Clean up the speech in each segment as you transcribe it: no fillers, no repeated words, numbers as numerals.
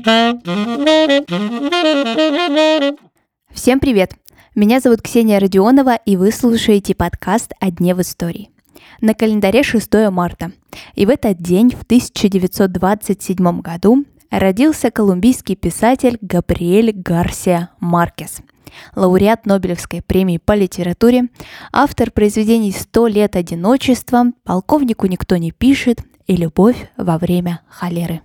Всем привет! Меня зовут Ксения Родионова, и вы слушаете подкаст «О дне в истории». На календаре 6 марта, и в этот день, в 1927 году, родился колумбийский писатель Габриэль Гарсиа Маркес, лауреат Нобелевской премии по литературе, автор произведений «100 лет одиночества», «Полковнику никто не пишет» и «Любовь во время холеры».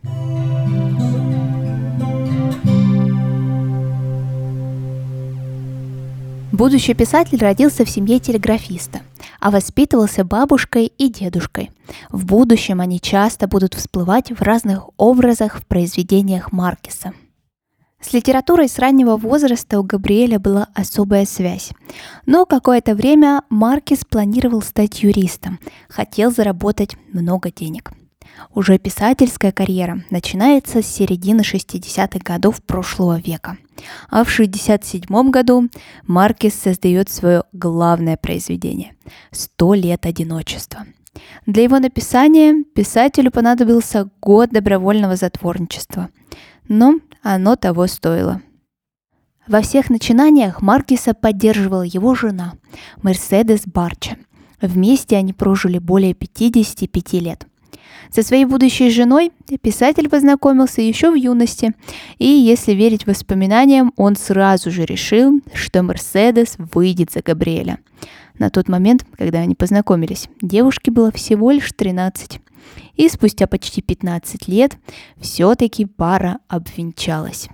Будущий писатель родился в семье телеграфиста, а воспитывался бабушкой и дедушкой. В будущем они часто будут всплывать в разных образах в произведениях Маркеса. С литературой с раннего возраста у Габриэля была особая связь. Но какое-то время Маркес планировал стать юристом, хотел заработать много денег. Уже писательская карьера начинается с середины 60-х годов прошлого века. А в 1967 году Маркес создает свое главное произведение «100 лет одиночества». Для его написания писателю понадобился год добровольного затворничества. Но оно того стоило. Во всех начинаниях Маркеса поддерживала его жена Мерседес Барча. Вместе они прожили более 55 лет. Со своей будущей женой писатель познакомился еще в юности, и, если верить воспоминаниям, он сразу же решил, что Мерседес выйдет за Габриэля. На тот момент, когда они познакомились, девушке было всего лишь 13. И спустя почти 15 лет все-таки пара обвенчалась.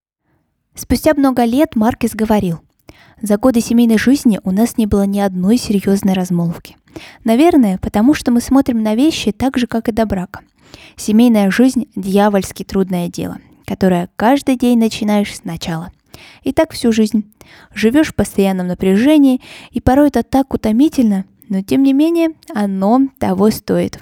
Спустя много лет Маркес говорил: «За годы семейной жизни у нас не было ни одной серьезной размолвки. Наверное, потому что мы смотрим на вещи так же, как и до брака. Семейная жизнь – дьявольски трудное дело, которое каждый день начинаешь сначала. И так всю жизнь. Живешь в постоянном напряжении, и порой это так утомительно, но тем не менее оно того стоит».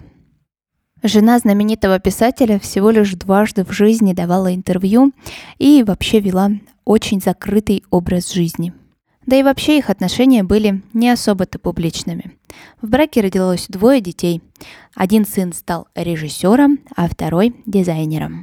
Жена знаменитого писателя всего лишь дважды в жизни давала интервью и вообще вела очень закрытый образ жизни. Да и вообще их отношения были не особо-то публичными. В браке родилось 2 детей. Один сын стал режиссером, а второй – дизайнером.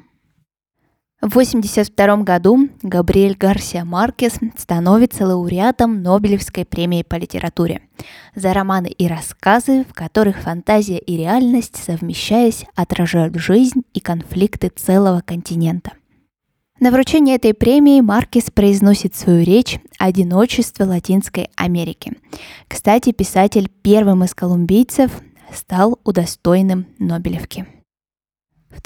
В 1982 году Габриэль Гарсиа Маркес становится лауреатом Нобелевской премии по литературе за романы и рассказы, в которых фантазия и реальность, совмещаясь, отражают жизнь и конфликты целого континента. На вручении этой премии Маркес произносит свою речь «Одиночество Латинской Америки». Кстати, писатель первым из колумбийцев стал удостоенным Нобелевки. В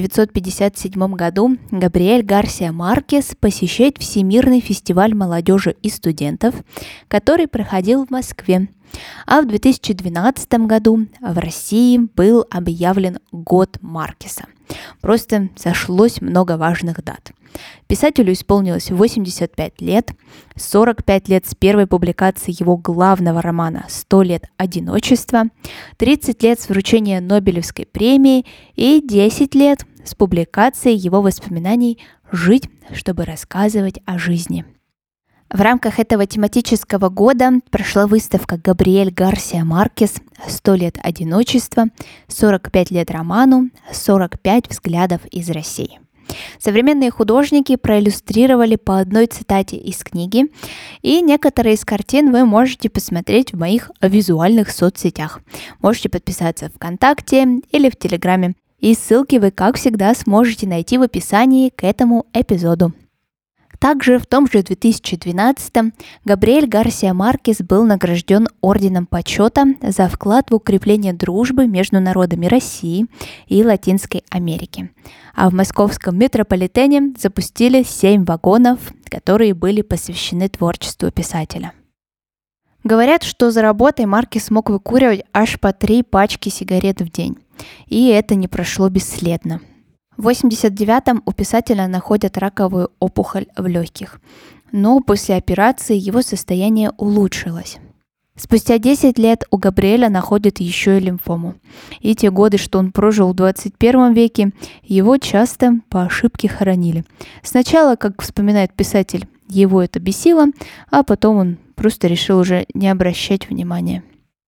1957 году Габриэль Гарсиа Маркес посещает Всемирный фестиваль молодежи и студентов, который проходил в Москве. А в 2012 году в России был объявлен Год Маркеса. Просто сошлось много важных дат. Писателю исполнилось 85 лет, 45 лет с первой публикации его главного романа «100 лет одиночества», 30 лет с вручения Нобелевской премии и 10 лет с публикацией его воспоминаний «Жить, чтобы рассказывать о жизни». В рамках этого тематического года прошла выставка «Габриэль Гарсиа Маркес. 100 лет одиночества. 45 лет роману. 45 взглядов из России». Современные художники проиллюстрировали по одной цитате из книги, и некоторые из картин вы можете посмотреть в моих визуальных соцсетях. Можете подписаться ВКонтакте или в Телеграме, и ссылки вы, как всегда, сможете найти в описании к этому эпизоду. Также в том же 2012-м Габриэль Гарсиа Маркес был награжден Орденом Почета за вклад в укрепление дружбы между народами России и Латинской Америки. А в московском метрополитене запустили 7 вагонов, которые были посвящены творчеству писателя. Говорят, что за работой Маркес мог выкуривать аж по 3 пачки сигарет в день. И это не прошло бесследно. В 1989-м у писателя находят раковую опухоль в легких, но после операции его состояние улучшилось. Спустя 10 лет у Габриэля находят еще и лимфому. И те годы, что он прожил в 21 веке, его часто по ошибке хоронили. Сначала, как вспоминает писатель, его это бесило, а потом он просто решил уже не обращать внимания.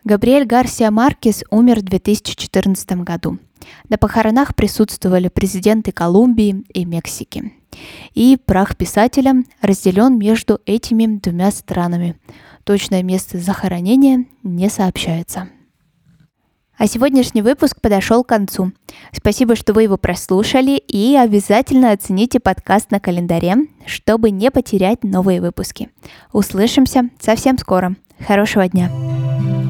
Габриэль Гарсиа Маркес умер в 2014 году. На похоронах присутствовали президенты Колумбии и Мексики. И прах писателя разделен между этими двумя странами. Точное место захоронения не сообщается. А сегодняшний выпуск подошел к концу. Спасибо, что вы его прослушали, и обязательно оцените подкаст на календаре, чтобы не потерять новые выпуски. Услышимся совсем скоро. Хорошего дня!